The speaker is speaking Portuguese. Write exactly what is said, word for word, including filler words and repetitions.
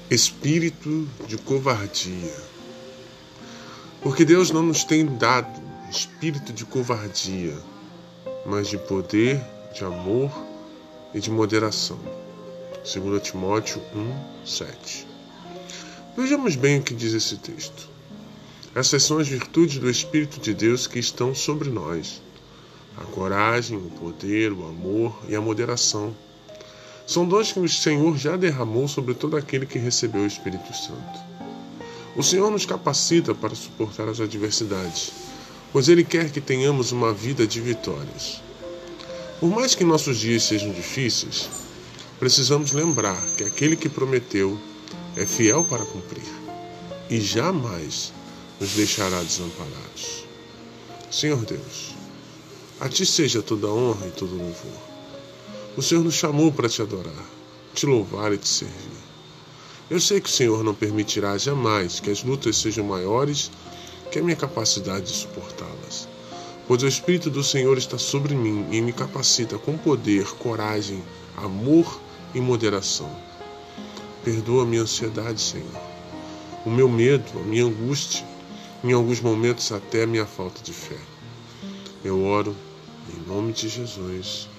Espírito de covardia. Porque Deus não nos tem dado espírito de covardia, mas de poder, de amor e de moderação. Segundo Timóteo um, sete. Vejamos bem o que diz esse texto. Essas são as virtudes do Espírito de Deus que estão sobre nós. A coragem, o poder, o amor e a moderação. São dons que o Senhor já derramou sobre todo aquele que recebeu o Espírito Santo. O Senhor nos capacita para suportar as adversidades, pois Ele quer que tenhamos uma vida de vitórias. Por mais que nossos dias sejam difíceis, precisamos lembrar que aquele que prometeu é fiel para cumprir e jamais nos deixará desamparados. Senhor Deus, a Ti seja toda honra e todo louvor. O Senhor nos chamou para Te adorar, Te louvar e Te servir. Eu sei que o Senhor não permitirá jamais que as lutas sejam maiores que a minha capacidade de suportá-las, pois o Espírito do Senhor está sobre mim e me capacita com poder, coragem, amor e moderação. Perdoa a minha ansiedade, Senhor, o meu medo, a minha angústia, em alguns momentos até a minha falta de fé. Eu oro em nome de Jesus.